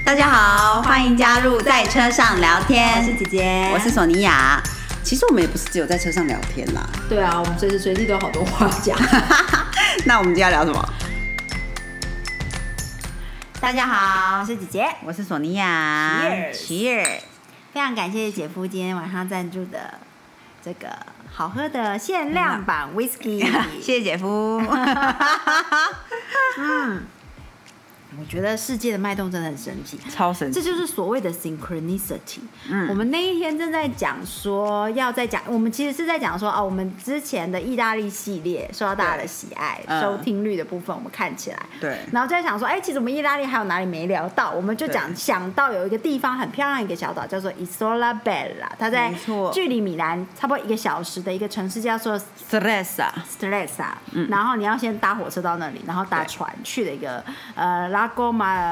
大家好，欢迎加入在车上聊天。 我是姐姐， 我是索尼娅。其实我们也不是只有在车上聊天啦。 对啊，我们随时随地都有好多话讲。 那我们今天要聊什么？ 大家好，我是姐姐， 我是索尼娅。 Cheers！ 非常感谢姐夫今天晚上赞助的这个好喝的限量版 whisky， 谢谢姐夫。 我觉得世界的脉动真的很神奇， 超神奇， 这就是所谓的 synchronicity。我们那一天正在讲说，我们其实是在讲说，我们之前的意大利系列受到大家的喜爱，收听率的部分我们看起来， 对， 然后就在想说，其实我们意大利还有哪里没聊到，我们就想到有一个地方很漂亮一个小岛叫做 Isola Bella， 它在距离米兰差不多1个小时的一个城市叫做 Stresa， 然后你要先搭火车到那里，然后搭船去的一个Lago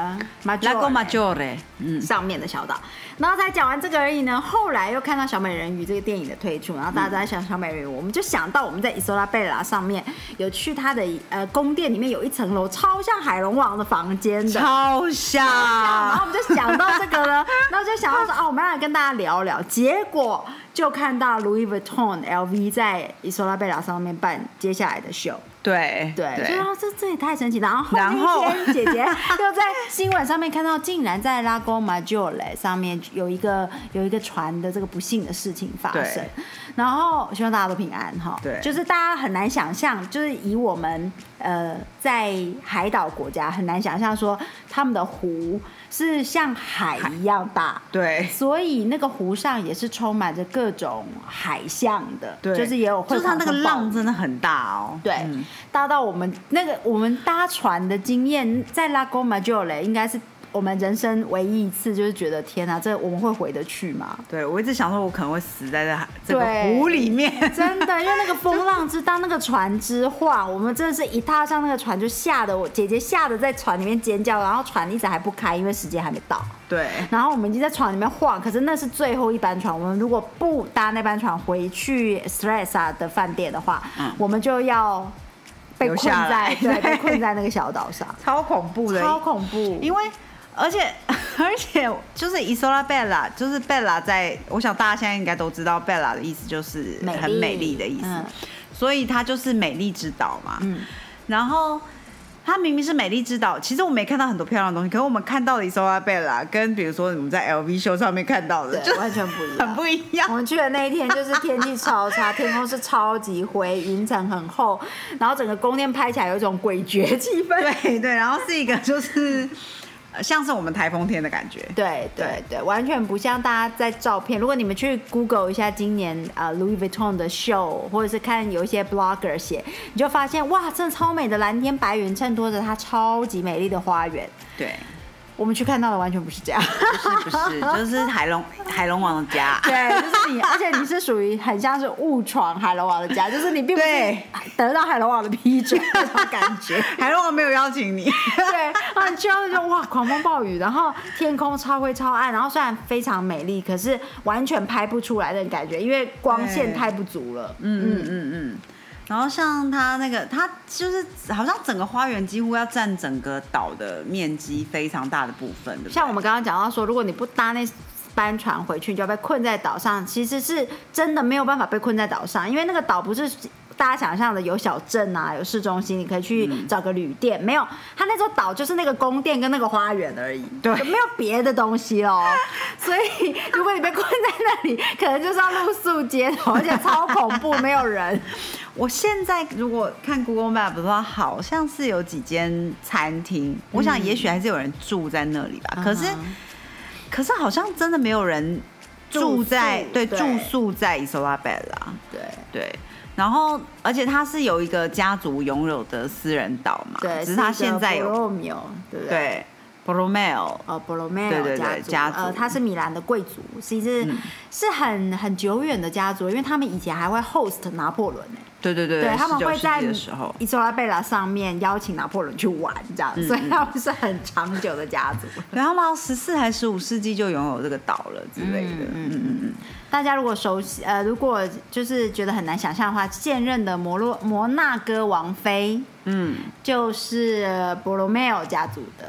Maggiore 上面的小岛，然后才讲完这个而已呢。后来又看到小美人鱼这个电影的推出，然后大家都在想小美人鱼，我们就想到我们在 Isola Bella 上面有去它的宫殿里面有一层楼超像海龙王的房间的， 超像。 然后我们就想到这个了，然后就想到说我们要来跟大家聊聊，结果就看到 Louis Vuitton LV 在 Isola Bella 上面办接下来的秀。对，所以这也太神奇了。然后那天姐姐又在新闻上面看到，竟然在 Lago Maggiore 上面有一个船的这个不幸的事情发生。然后希望大家都平安哈。对，就是大家很难想象，就是以我们在海岛国家很难想象说他们的湖是像海一样大， 对， 所以那个湖上也是充满着各种海象的，对，就是也有会， 就是它那个浪真的很大哦， 对，大到我们搭船的经验，在 Lago Maggiore 应该是我们人生唯一一次，就是觉得天啊，这我们会回得去吗？对， 我一直想说，我可能会死在这个湖里面， 真的，因为那个风浪之大，那个船之晃，我们真的是一踏上那个船就吓得我姐姐吓得在船里面尖叫，然后船一直还不开，因为时间还没到。 对， 然后我们已经在船里面晃，可是那是最后一班船，我们如果不搭那班船回去 Stresa 的饭店的话，我们就要被困在那个小岛上， 超恐怖的， 超恐怖， 因为。而且就是 Isola Bella， 就是 Bella 我想大家现在应该都知道 Bella 的意思就是很美丽的意思，所以它就是美丽之岛嘛。然后它明明是美丽之岛，其实我们也看到很多漂亮的东西，可是我们看到的 Isola Bella 跟比如说你们在 LV 秀上面看到的，就完全不一样， 很不一样。 我们去的那一天就是天气超差，天空是超级灰，云层很厚，然后整个宫殿拍起来有一种诡谲气氛。 对，然后是一个就是像是我们台风天的感觉， 对，完全不像大家在照片。如果你们去 Google 一下今年Louis Vuitton 的秀，或者是看有一些 blogger 写，你就发现哇，真的超美的蓝天白云衬托着它超级美丽的花园。对。我们去看到的完全不是这样， 不是，就是海龙王的家。 对，就是你，而且你是属于很像是误闯海龙王的家，就是你并不是得到海龙王的批准那种感觉， 海龙王没有邀请你。 对，然后你去到就哇，狂风暴雨，然后天空超灰超暗，然后虽然非常美丽，可是完全拍不出来的感觉，因为光线太不足了。 然后像它就是好像整个花园几乎要占整个岛的面积非常大的部分，对不对？ 像我们刚刚讲到说，如果你不搭那班船回去，你就要被困在岛上。其实是真的没有办法被困在岛上，因为那个岛不是大家想象的有小镇啊，有市中心，你可以去找个旅店，没有，它那座岛就是那个宫殿跟那个花园而已，对，没有别的东西咯。所以如果你被困在那里，可能就是要露宿街头，而且超恐怖，没有人。 我现在如果看 Google Map 的话，好像是有几间餐厅，我想也许还是有人住在那里吧。可是好像真的没有人住宿在 Isola Bella。对。然后，而且它是有一个家族拥有的私人岛嘛， 对， 只是它现在有 Borromeo， 对不对？ 对 Borromeo， Borromeo 家族，他是米兰的贵族，其实是很久远的家族，因为他们以前还会 host 拿破仑对，他们会在 Isola Bella 上面邀请拿破仑去玩，这样，所以他们是很长久的家族。 对，他们14还15世纪就拥有这个岛了之类的。 大家如果熟悉，如果就是觉得很难想象的话，现任的摩纳哥王妃，就是 Borromeo 家族的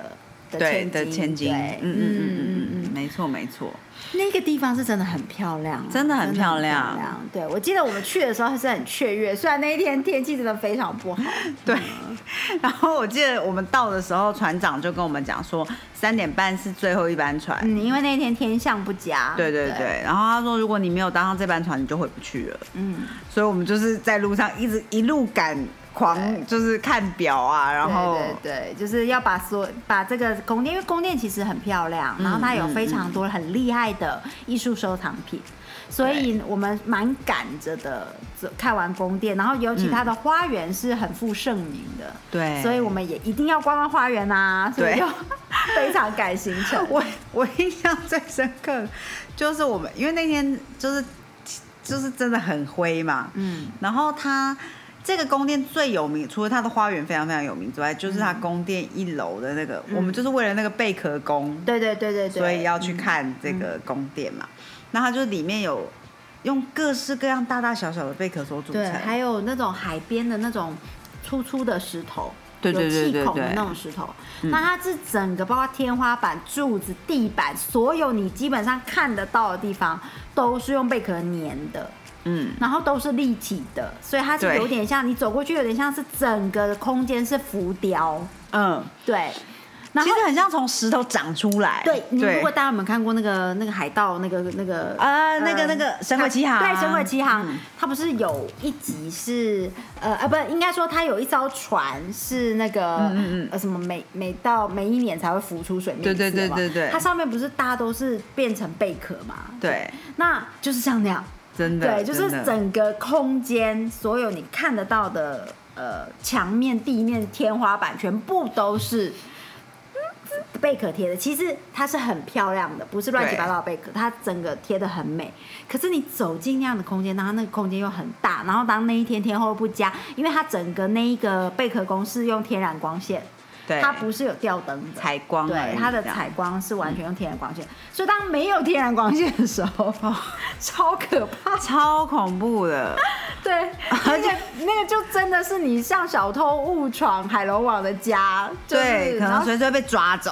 的千金， 没错没错。 那个地方是真的很漂亮， 真的很漂亮。 对，我记得我们去的时候还是很雀跃，虽然那一天天气真的非常不好。 对，然后我记得我们到的时候，船长就跟我们讲说3点半是最后一班船， 因为那一天天象不佳。 对。然后他说，如果你没有搭上这班船，你就回不去了。所以我们就是在路上一路赶。就是看表啊，然后对，就是要把这个宫殿，因为宫殿其实很漂亮，然后它有非常多很厉害的艺术收藏品，所以我们蛮赶着的看完宫殿，然后尤其它的花园是很负盛名的， 对， 所以我们也一定要逛逛花园啊，所以就非常赶行程。 我印象最深刻的就是我们，因为那天就是真的很灰嘛，然后这个宫殿最有名，除了它的花园非常非常有名之外，就是它宫殿1楼的那个，我们就是为了那个贝壳宫， 对， 所以要去看这个宫殿嘛。那它就里面有用各式各样大大小小的贝壳所组成， 对，还有那种海边的那种粗粗的石头， 对， 有气孔的那种石头。那它是整个包括天花板、柱子、地板，所有你基本上看得到的地方都是用贝壳粘的。然后都是立体的，所以它是有点像你走过去，有点像是整个空间是浮雕。对。 其实很像从石头长出来。 对，你如果大家有没有看过那个海盗那个神鬼奇航？ 对，神鬼奇航，它不是有一集是不应该说它有一艘船是那个什么每一年才会浮出水面。 对， 它上面不是大家都是变成贝壳嘛？ 对， 那就是像那样。 真的， 对，就是整个空间，所有你看得到的墙面、地面、天花板，全部都是贝壳贴的。其实它是很漂亮的，不是乱七八糟的贝壳，它整个贴得很美。可是你走进那样的空间，然后那个空间又很大，然后当那一天天候不佳，因为它整个那一个贝壳宫是用天然光线。它不是有吊灯的采光， 对，它的采光是完全用天然光线，所以当没有天然光线的时候，超可怕， 超恐怖的。 对，而且那个就真的是你像小偷误闯海龙王的家， 对，可能随时会被抓走。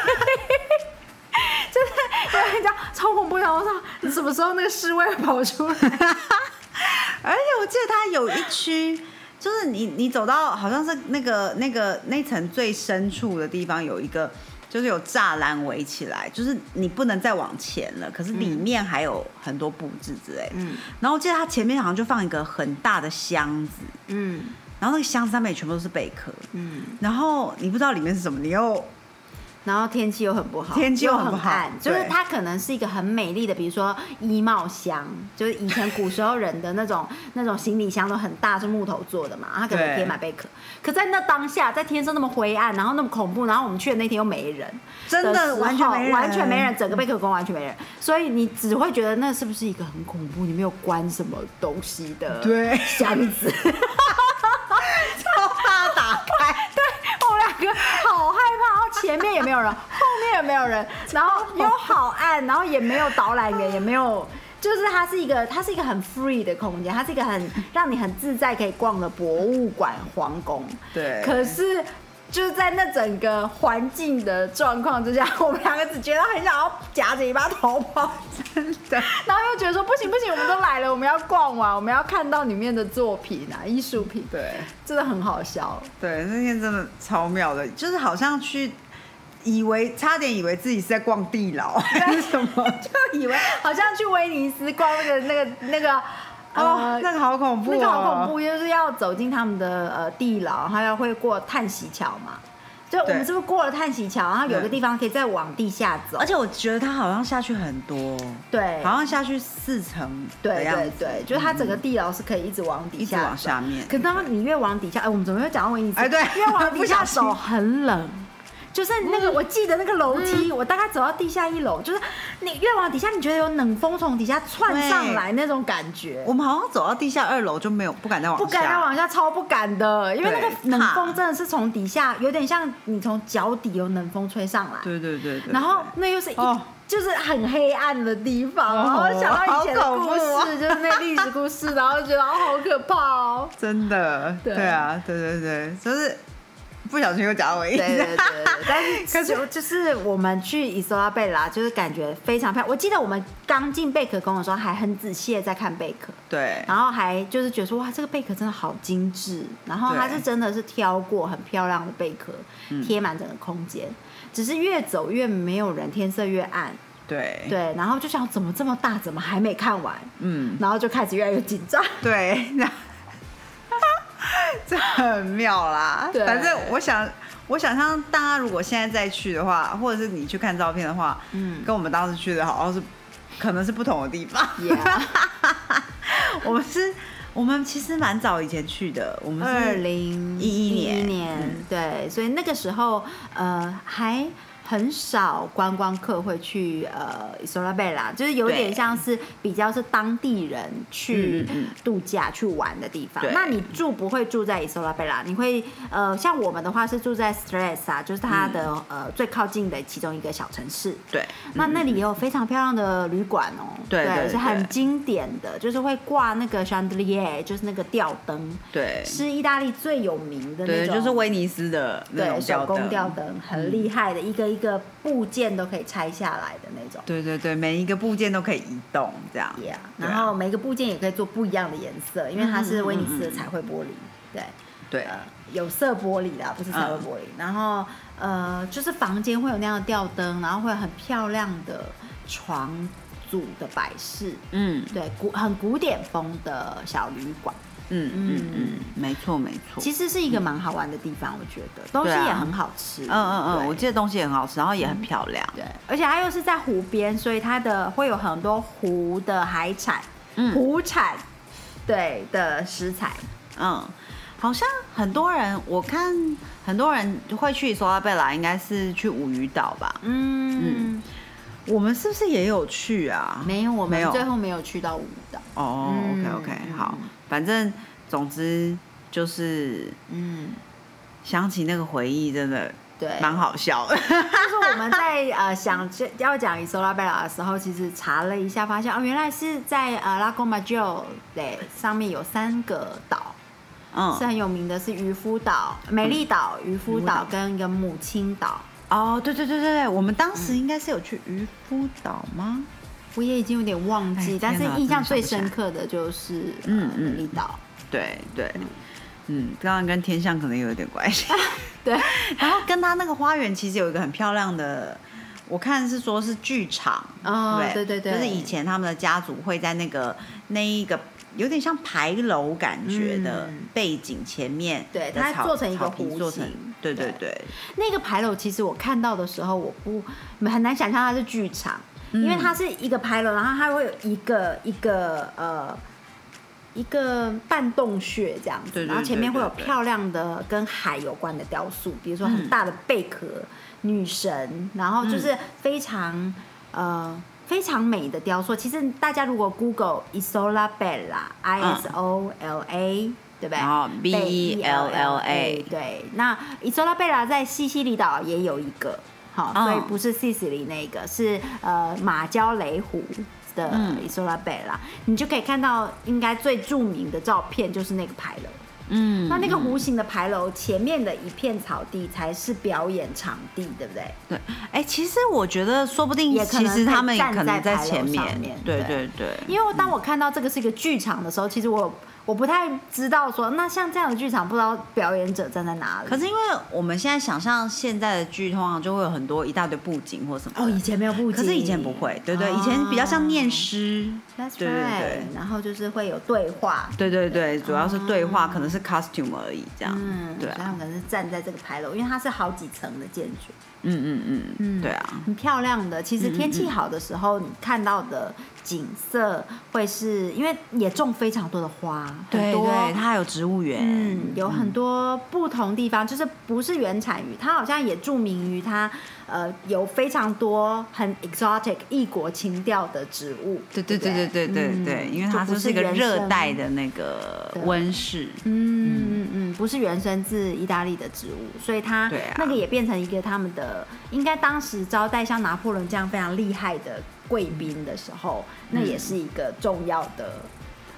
就是人家超恐怖的，我说你什么时候那个侍卫会跑出来？ 而且我记得它有一区。就是你走到好像是那层最深处的地方有一个，就是有栅栏围起来，就是你不能再往前了。可是里面还有很多布置之类。然后我记得它前面好像就放一个很大的箱子。然后那个箱子上面也全部都是贝壳。然后你不知道里面是什么， 然后天气又很不好， 天气又很不好， 就是它可能是一个很美丽的，比如说衣帽箱，就是以前古时候人的那种行李箱都很大，是木头做的嘛，它可能贴满贝壳。可在那当下，在天色那么灰暗，然后那么恐怖，然后我们去的那天又没人， 真的完全没人， 整个贝壳宫完全没人，所以你只会觉得那是不是一个很恐怖，你没有关什么东西的箱子。 超怕打开， 对我们两个好害怕，然后前面也没有人，后面也没有人，然后又好暗，然后也没有导览员，也没有，就是它是一个很 free 的空间，它是一个很让你很自在可以逛的博物馆皇宫。 对， 可是就是在那整个环境的状况之下，我们两个只觉得很想要夹着尾巴逃跑，真的。然后又觉得说不行，我们都来了，我们要逛完，我们要看到里面的作品啊，艺术品。 对， 真的很好笑。 对，那天真的超妙的，就是好像差点以为自己是在逛地牢还是什么， 就以为好像去威尼斯逛那个。 那个好恐怖， 那个好恐怖，就是要走进他们的地牢，还要会过叹息桥嘛。就我们是不是过了叹息桥，然后有个地方可以再往地下走？ 而且我觉得它好像下去很多， 对， 好像下去4层的样子。 对，就是它整个地牢是可以一直往底下， 一直往下面。 可当你越往底下，我们怎么会讲到威尼斯？ 对， 越往底下走很冷。就是那个，我记得那个楼梯，我大概走到地下1楼，就是你越往底下，你觉得有冷风从底下窜上来那种感觉。 我们好像走到地下2楼就不敢再往下，超不敢的，因为那个冷风真的是从底下，有点像你从脚底有冷风吹上来。 对。 然后那又是就是很黑暗的地方，然后想到以前的故事，就是那历史故事，然后觉得好可怕哦。 真的，对啊，对，就是。 不小心又讲到我意思。 对，但是就是我们去伊索拉贝拉，就是感觉非常漂亮。我记得我们刚进贝壳宫的时候，还很仔细的在看贝壳， 对， 然后还就是觉得说哇，这个贝壳真的好精致，然后它是真的是挑过很漂亮的贝壳，贴满整个空间。只是越走越没有人，天色越暗。 对， 然后就想怎么这么大，怎么还没看完？然后就开始越来越紧张。 对，这很妙啦。反正我想象大家如果现在再去的话，或者是你去看照片的话，跟我们当时去的好像是可能是不同的地方。我们其实蛮早以前去的，我们是2011 年，对，所以那个时候还很少观光客会去伊索拉贝拉，就是有点像是比较是当地人去度假去玩的地方。那你不会住在伊索拉贝拉，你会像我们的话是住在 Stresa， 就是它的最靠近的其中一个小城市。 对， 那里也有非常漂亮的旅馆哦，对，是很经典的，就是会挂那个 chandelier， 就是那个吊灯， 对， 是意大利最有名的那种， 对，就是威尼斯的那种手工吊灯，很厉害的，一个部件都可以拆下来的那种。 对，每一个部件都可以移动这样。 然后每个部件也可以做不一样的颜色，因为它是威尼斯的彩绘玻璃，对，有色玻璃啦，不是彩绘玻璃。然后就是房间会有那样的吊灯，然后会有很漂亮的床组的摆饰，对，很古典风的小旅馆。没错。其实是一个蛮好玩的地方，我觉得东西也很好吃。 我记得东西也很好吃，然后也很漂亮。 对，而且它又是在湖边，所以它会有很多湖的海产，湖产对的食材。 好像很多人，我看很多人会去索拉贝拉，应该是去五渔岛吧？我们是不是也有去啊？ 没有，我们最后没有去到五渔岛。 OK， 好，反正总之就是想起那个回忆，真的对蛮好笑的。 就是我们在想要讲伊索拉贝拉的时候，其实查了一下，发现原来是在Lago Maggiore 对上面有3个岛。是很有名的，是渔夫岛、美丽岛、渔夫岛跟一个母亲岛。 对，我们当时应该是有去渔夫岛吗？ 我也已经有点忘记，但是印象最深刻的就是美丽岛。 对，刚刚跟天象可能有点关系。 对， 然后跟他那个花园其实有一个很漂亮的，我看是说是剧场。对，就是以前他们的家族会在那一个。有点像牌楼感觉的背景前面， 对，它做成一个弧形， 对， 那个牌楼其实我看到的时候，很难想象它是剧场，因为它是一个牌楼，然后它会有一个半洞穴这样子，然后前面会有漂亮的跟海有关的雕塑，比如说很大的贝壳、女神，然后就是非常美的雕塑。其实大家如果 Google Isola Bella，ISOLA，对不对？ 然后 BELLA， 对。那 Isola Bella 在西西里岛也有一个，所以不是西西里那个，是马焦雷湖的 Isola Bella，你就可以看到应该最著名的照片就是那个牌楼。那个弧形的牌楼前面的一片草地才是表演场地，对不对？ 对，其实我觉得说不定，其实他们可能在前面。对， 因为当我看到这个是一个剧场的时候，其实我不太知道说，那像这样的剧场，不知道表演者站在哪里。 可是因为我们现在想象现在的剧，通常就会有很多一大堆布景或什么。 以前没有布景， 可是以前不会，对，以前比较像念诗。 对，然后就是会有对话。 对，主要是对话，可能是 costume 而已，这样。 对，他们可能是站在这个牌楼，因为它是好几层的建筑。 对啊， 很漂亮的。其实天气好的时候，你看到的景色会是因为也种非常多的花， 对，它还有植物园， 有很多不同地方，就是不是原产于它，好像也著名于它有非常多很 exotic 异国情调的植物。对，因为它就是一个热带的那个温室，不是原生自意大利的植物，所以它那个也变成一个他们的，应该当时招待像拿破仑这样非常厉害的贵宾的时候，那也是一个重要的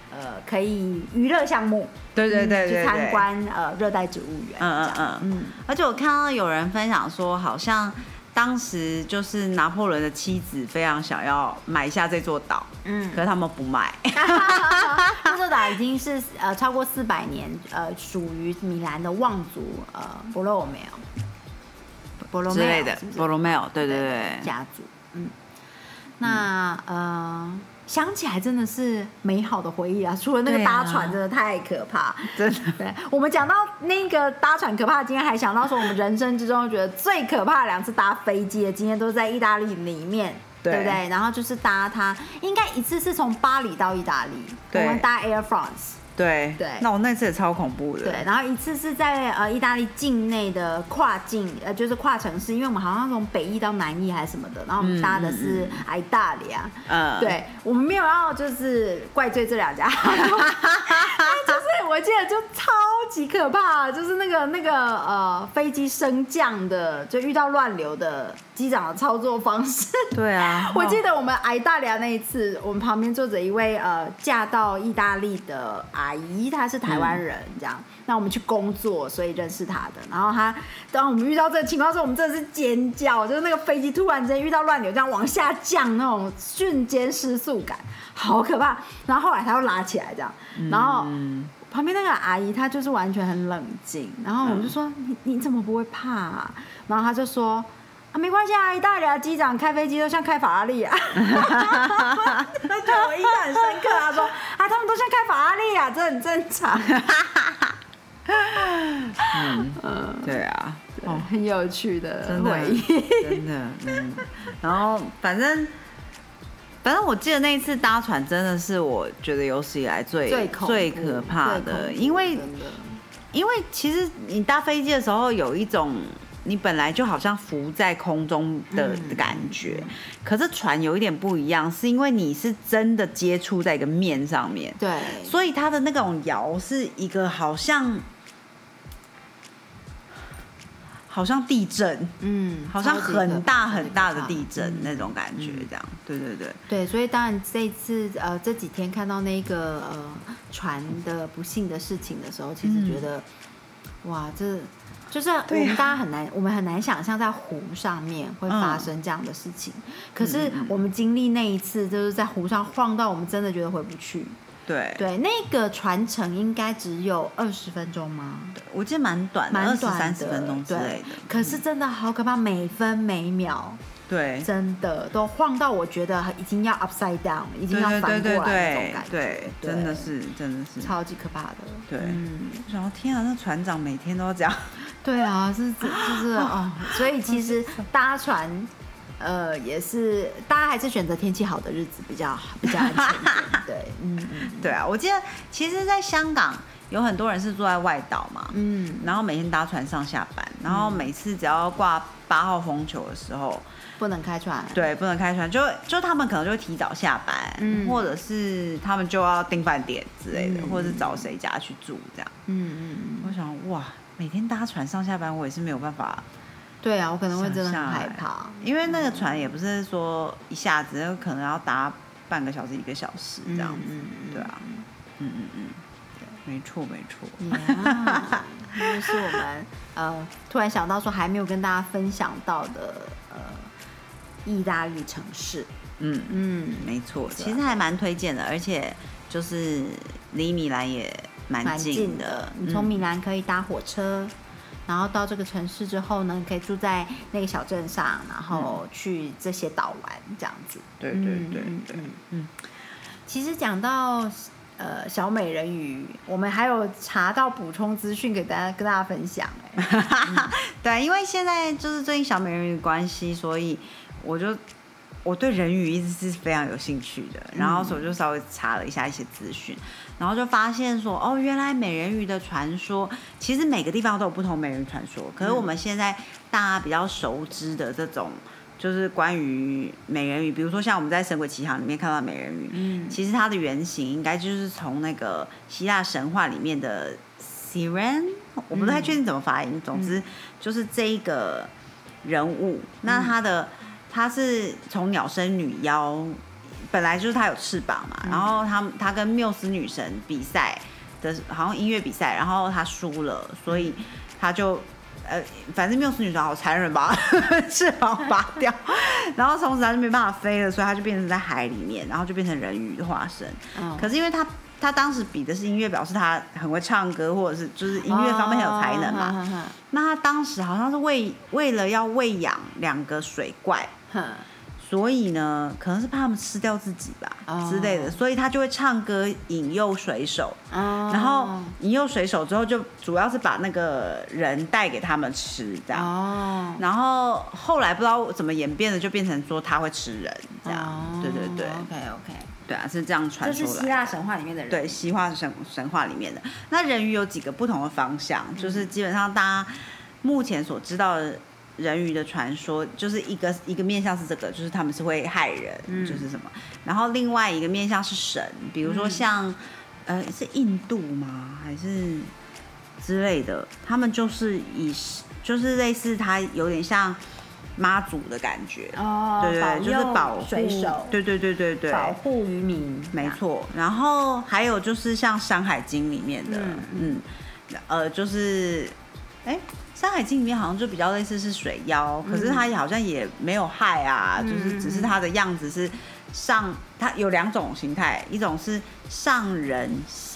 可以娱乐项目， 对，去参观热带植物园。 而且我看到有人分享说，好像当时就是拿破仑的妻子非常想要买下这座岛，可是他们不卖。 这座岛已经是超过400年，属于米兰的望族博罗梅尔之类的，博罗梅尔，对家族。那想起来真的是美好的回忆啊！除了那个搭船真的太可怕， 真的。 对，我们讲到那个搭船可怕的经验，还想到说我们人生之中觉得最可怕的2次搭飞机的经验，都是在意大利里面，对不对？然后就是搭它，应该一次是从巴黎到意大利，我们搭 Air France。 对，那我那次也超恐怖的。 对，然后一次是在意大利境内的跨境，就是跨城市，因为我们好像从北意到南意还是什么的，然后我们搭的是意大利啊。对，我们没有要就是怪罪这2家，就是我记得就超级可怕，就是那个飞机升降的，就遇到乱流的机长的操作方式。 对啊， 我记得我们意大利那一次，我们旁边坐着一位嫁到意大利的阿姨，她是台湾人，这样。那我们去工作，所以认识她的。然后当我们遇到这个情况的时候，我们真的是尖叫，就是那个飞机突然之间遇到乱流，这样往下降，那种瞬间失速感，好可怕。然后后来她又拉起来，这样。然后旁边那个阿姨她就是完全很冷静，然后我们就说你怎么不会怕啊？然后她就说。没关系啊，意大利的机长开飞机都像开法拉利啊。我印象很深刻，他说他们都像开法拉利啊，这很正常。 对啊， 很有趣的回忆， 真的。然後反正我记得那一次搭船真的是我觉得有史以来最可怕的，因为其实你搭飞机的时候有一种。你本来就好像浮在空中的感觉，可是船有一点不一样，是因为你是真的接触在一个面上面， 对， 所以它的那种摇是一个好像地震，好像很大很大的地震那种感觉，这样，对， 所以当然这一次这几天看到那个船的不幸的事情的时候，其实觉得哇，这。就是我们很难想象在湖上面会发生这样的事情，可是我们经历那一次，就是在湖上晃到我们真的觉得回不去。对，那个船程应该只有20分钟吗？ 我记得蛮短的，20-30分钟之类的。 可是真的好可怕，每分每秒。 对， 真的都晃到我觉得已经要 upside down， 已经要反过来那种感觉。 对，真的是超级可怕的。 对，然后天啊，那船长每天都要这样。 对啊，就是哦，所以其实搭船，也是大家还是选择天气好的日子比较安全一点。对， 对啊，我记得其实，在香港有很多人是住在外岛嘛，然后每天搭船上下班，然后每次只要挂8号风球的时候。 不能开船， 对，不能开船，就他们可能就会提早下班，或者是他们就要订饭店之类的，或者是找谁家去住这样。我想哇，每天搭船上下班，我也是没有办法。 对啊，我可能会真的很害怕， 因为那个船也不是说一下子，可能要搭半个小时、1个小时这样子。对啊，没错。 这是我们突然想到说还没有跟大家分享到的意大利城市， 没错，其实还蛮推荐的，而且就是离米兰也蛮近的。 你从米兰可以搭火车，然后到这个城市之后呢，你可以住在那个小镇上，然后去这些岛玩这样子。 对。 其实讲到小美人鱼，我们还有查到补充资讯给跟大家分享。 对，因为现在就是最近小美人鱼关系，所以我对人鱼一直是非常有兴趣的，然后所以我就稍微查了一下一些资讯，然后就发现说，哦，原来美人鱼的传说，其实每个地方都有不同美人鱼传说，可是我们现在大家比较熟知的这种。就是关于美人鱼，比如说像我们在《神鬼奇航》里面看到的美人鱼，其实它的原型应该就是从那个希腊神话里面的 Siren， 我不太确定怎么发音，总之就是这一个人物，那他是从鸟身女妖本来就是他有翅膀嘛，然后他跟缪斯女神比赛的，好像音乐比赛，然后他输了，所以他就反正缪斯女神好残忍吧，翅膀拔掉，然后从此他就没办法飞了，所以他就变成在海里面，然后就变成人鱼的化身。可是因为他当时比的是音乐，表示他很会唱歌，或者是就是音乐方面很有才能嘛。那他当时好像是为了要喂养2个水怪。所以呢，可能是怕他们吃掉自己吧之类的，所以他就会唱歌引诱水手，然后引诱水手之后，就主要是把那个人带给他们吃这样。然后后来不知道怎么演变的，就变成说他会吃人这样。对对对 ，OK， 对啊，是这样传出来的。 这是希腊神话里面的人。 对，希腊神话里面的。那人鱼有几个不同的方向，就是基本上大家目前所知道的。人鱼的传说就是一个面向是这个，就是他们是会害人，就是什么。然后另外一个面向是神，比如说像是印度吗？还是之类的？他们就是就是类似他有点像妈祖的感觉，对对，就是保护水手， 对， 保护渔民， 没错。然后还有就是像《山海经》里面的，就是《山海经》里面好像就比较类似是水妖，可是它好像也没有害啊，就是只是它的样子是它有2种形态，一种是上人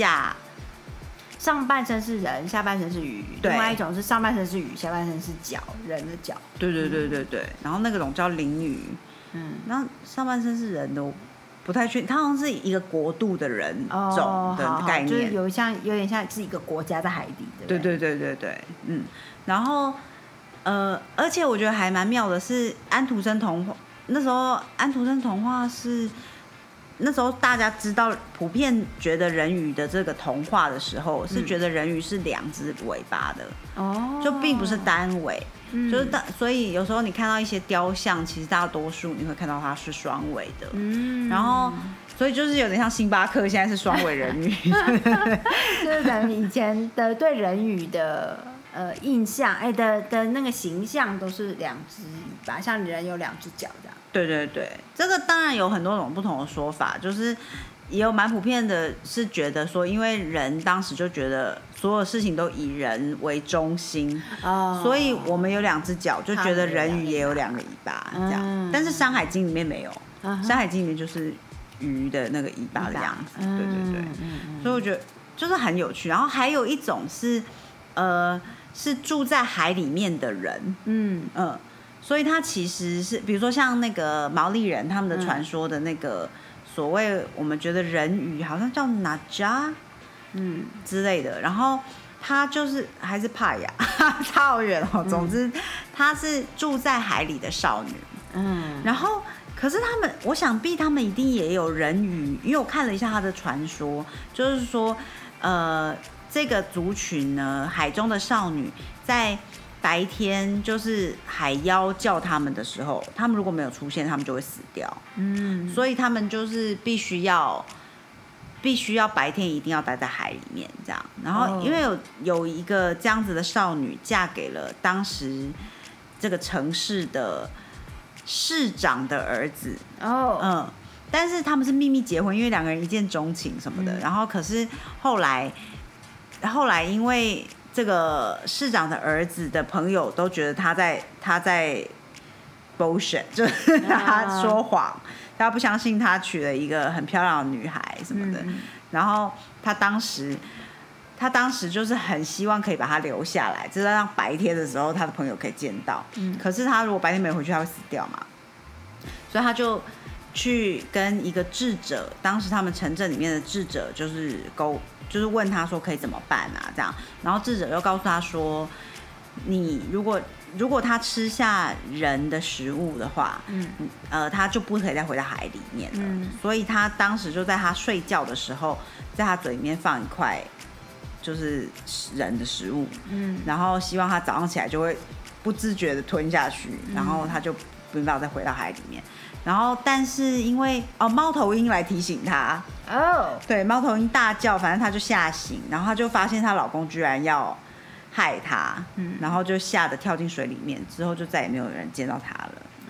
上半身是人，下半身是鱼；另外一种是上半身是鱼，下半身是脚，人的脚。 对，然后那个种叫灵鱼，然后上半身是人的。不太确定，它好像是一个国度的人种的概念， 就是有点像是一个国家在海底的。 对，然后而且我觉得还蛮妙的是安徒生童话，那时候安徒生童话是那时候大家知道普遍觉得人鱼的这个童话的时候，是觉得人鱼是2只尾巴的，就并不是单尾。就是所以有时候你看到一些雕像，其实大多数你会看到它是双尾的，然后所以就是有点像星巴克现在是双尾人鱼， 就是等于以前的对人鱼的印象，的那个形象都是2只尾巴，像人有2只脚这样。 对，这个当然有很多种不同的说法，就是也有蛮普遍的，是觉得说，因为人当时就觉得所有事情都以人为中心，所以我们有2只脚，就觉得人鱼也有2个尾巴这样。但是《山海经》里面没有，《山海经》里面就是鱼的那个尾巴的样子。对，所以我觉得就是很有趣。然后还有一种是，是住在海里面的人，所以他其实是，比如说像那个毛利人他们的传说的那个。所谓我们觉得人鱼好像叫哪吒，之类的，然后他就是还是帕雅，差好远哦。总之，他是住在海里的少女，然后可是我想必他们一定也有人鱼，因为我看了一下他的传说，就是说，这个族群呢，海中的少女在白天就是海妖叫他们的时候，他们如果没有出现，他们就会死掉。所以他们就是必须要白天一定要待在海里面这样。然后因为有一个这样子的少女嫁给了当时这个城市的市长的儿子。但是他们是秘密结婚，因为2个人一见钟情什么的。然后可是后来因为这个市长的儿子的朋友都觉得他在 bullshit， 就是他说谎，他不相信他娶了一个很漂亮的女孩什么的。然后他当时就是很希望可以把他留下来，就是让白天的时候他的朋友可以见到。可是他如果白天没回去，他会死掉嘛。所以他就去跟一个智者，当时他们城镇里面的智者就是问他说可以怎么办啊？这样，然后智者又告诉他说，你如果他吃下人的食物的话，他就不可以再回到海里面了。所以他当时就在他睡觉的时候，在他嘴里面放一块就是人的食物，然后希望他早上起来就会不自觉的吞下去，然后他就没办法再回到海里面。然后，但是因为猫头鹰来提醒她，对，猫头鹰大叫，反正她就吓醒，然后她就发现她老公居然要害她，然后就吓得跳进水里面，之后就再也没有人见到她了。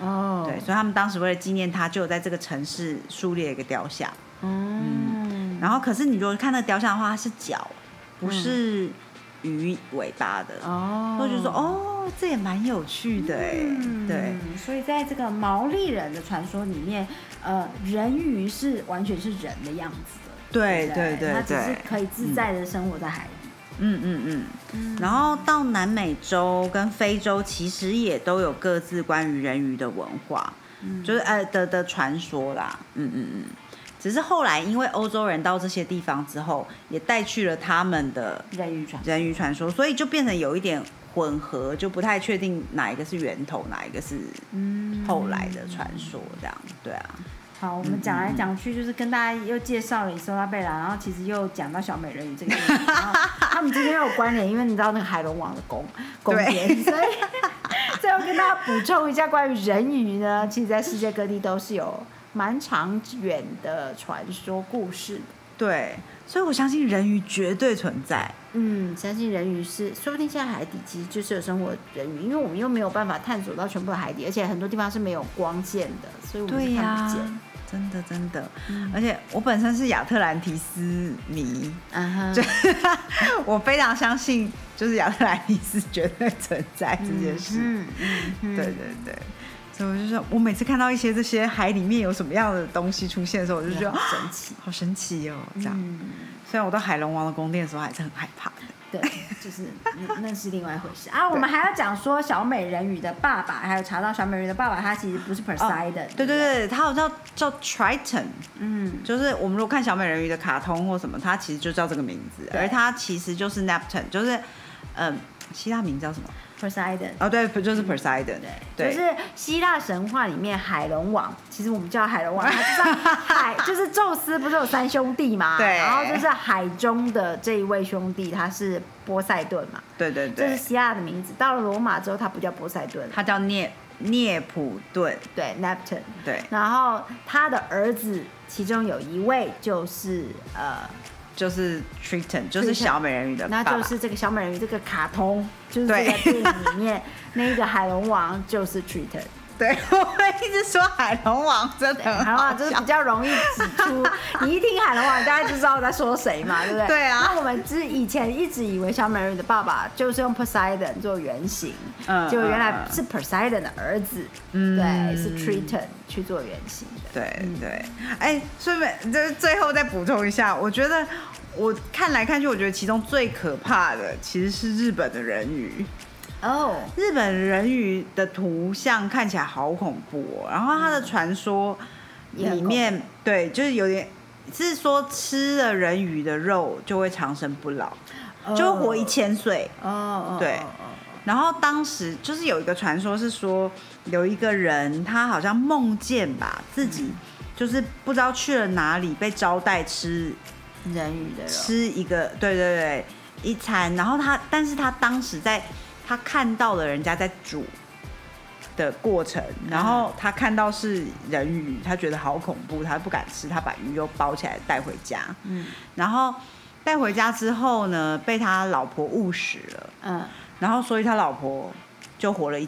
哦，对，所以他们当时为了纪念他，就有在这个城市树立了一个雕像。然后可是你如果看那个雕像的话，它是脚，不是鱼尾巴的。所以就说这也蛮有趣的哎。对， 所以在这个毛利人的传说里面，人鱼是完全是人的样子的。 对， 它只是可以自在的生活在海里。 然后到南美洲跟非洲，其实也都有各自关于人鱼的文化，就是的传说啦。只是后来因为欧洲人到这些地方之后，也带去了他们的人鱼传说，所以就变成有一点混合，就不太确定哪一个是源头，哪一个是后来的传说，这样。对啊。 好，我们讲来讲去就是跟大家又介绍了伊索拉贝拉，然后其实又讲到小美人鱼这个地方，然后他们之间又有关联，因为你知道那个海龙王的宫殿，所以最后跟大家补充一下关于人鱼呢，其实在世界各地都是有蛮长远的传说故事的。 对，所以我相信人鱼绝对存在。 相信人鱼是，说不定现在海底其实就是有生活人鱼，因为我们又没有办法探索到全部的海底，而且很多地方是没有光线的，所以我们是看不见。 真的，而且我本身是亚特兰提斯迷，我非常相信，就是亚特兰提斯绝对存在这件事。对，所以我就说，我每次看到一些这些海里面有什么样的东西出现的时候，我就觉得好神奇哦，这样。虽然我到海龙王的宫殿的时候还是很害怕的。 对，就是那是另外一回事啊。我们还要讲说小美人鱼的爸爸，还有查到小美人鱼的爸爸，他其实不是 Poseidon。 对，他好像叫 Triton。就是我们如果看小美人鱼的卡通或什么，他其实就叫这个名字，而他其实就是 Neptune， 就是希腊名叫什么？ Poseidon。 对，就是 Poseidon。 对，就是希腊神话里面海龙王，其实我们叫海龙王，他就是海，就是宙斯不是有3兄弟嘛？对。然后就是海中的这一位兄弟，他是波塞顿嘛？对，这是希腊的名字。到了罗马之后，他不叫波塞顿， 他叫涅普顿。 对 ，Neptune。 对。 然后他的儿子其中有一位就是 Triton， 就是小美人鱼的爸爸，那就是这个小美人鱼这个卡通，就是这个电影里面那个海龙王就是 Triton。 对，我会一直说海龙王真的海龙王就是比较容易指出，你一听海龙王，大家就知道我在说谁嘛，对不对？ 对啊。 那我们以前一直以为小美人鱼的爸爸就是用 Poseidon 做原型，结果原来是 Poseidon 的儿子，对，是 Triton 去做原型的。 对，顺便就是最后再补充一下，我觉得我看来看去，我觉得其中最可怕的其实是日本的人鱼。日本人鱼的图像看起来好恐怖然后它的传说里面，对，就是有点是说吃了人鱼的肉就会长生不老，就会活1000岁。对。然后当时就是有一个传说是说，有一个人他好像梦见吧，自己就是不知道去了哪里，被招待吃人鱼的肉， 吃一个一餐，然后但是他当时他看到了人家在煮的过程，然后他看到是人鱼，他觉得好恐怖，他不敢吃，他把鱼肉包起来带回家。然后带回家之后呢，被他老婆误食了。然后所以他老婆就活了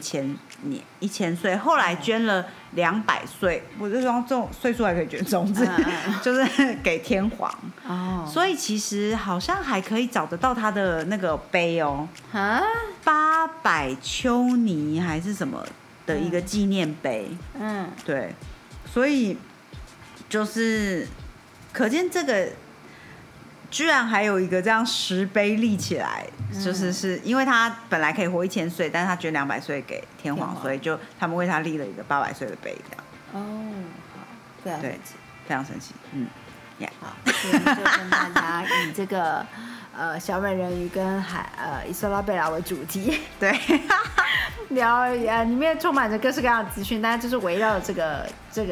1000岁，后来捐了200岁，我就说这种岁数还可以捐种子，就是给天皇。所以其实好像还可以找得到他的那个碑八百丘尼还是什么的一个纪念碑。对，所以就是可见这个居然还有一个这样石碑立起来，就是因为他本来可以活1000岁，但是他捐200岁给天皇，所以就他们为他立了一个800岁的碑，这样。 好，非常神奇， 非常神奇。 好，所以就跟大家以这个小美人鱼跟伊索拉贝拉为主题， 对， 聊里面充满着各式各样的资讯，但是就是围绕这个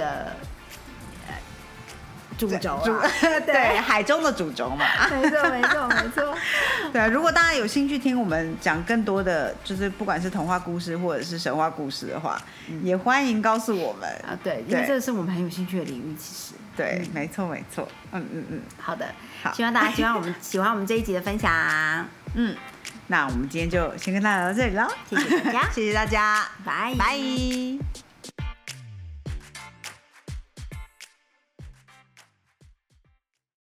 主轴对，海中的主轴嘛。 没错。 对，如果大家有兴趣听我们讲更多的，就是不管是童话故事或者是神话故事的话，也欢迎告诉我们对，因为这是我们很有兴趣的领域，其实。 对，没错。 好的，希望大家喜欢我们这一集的分享。 那我们今天就先跟大家聊到这里了， 谢谢大家， 谢谢大家， 拜。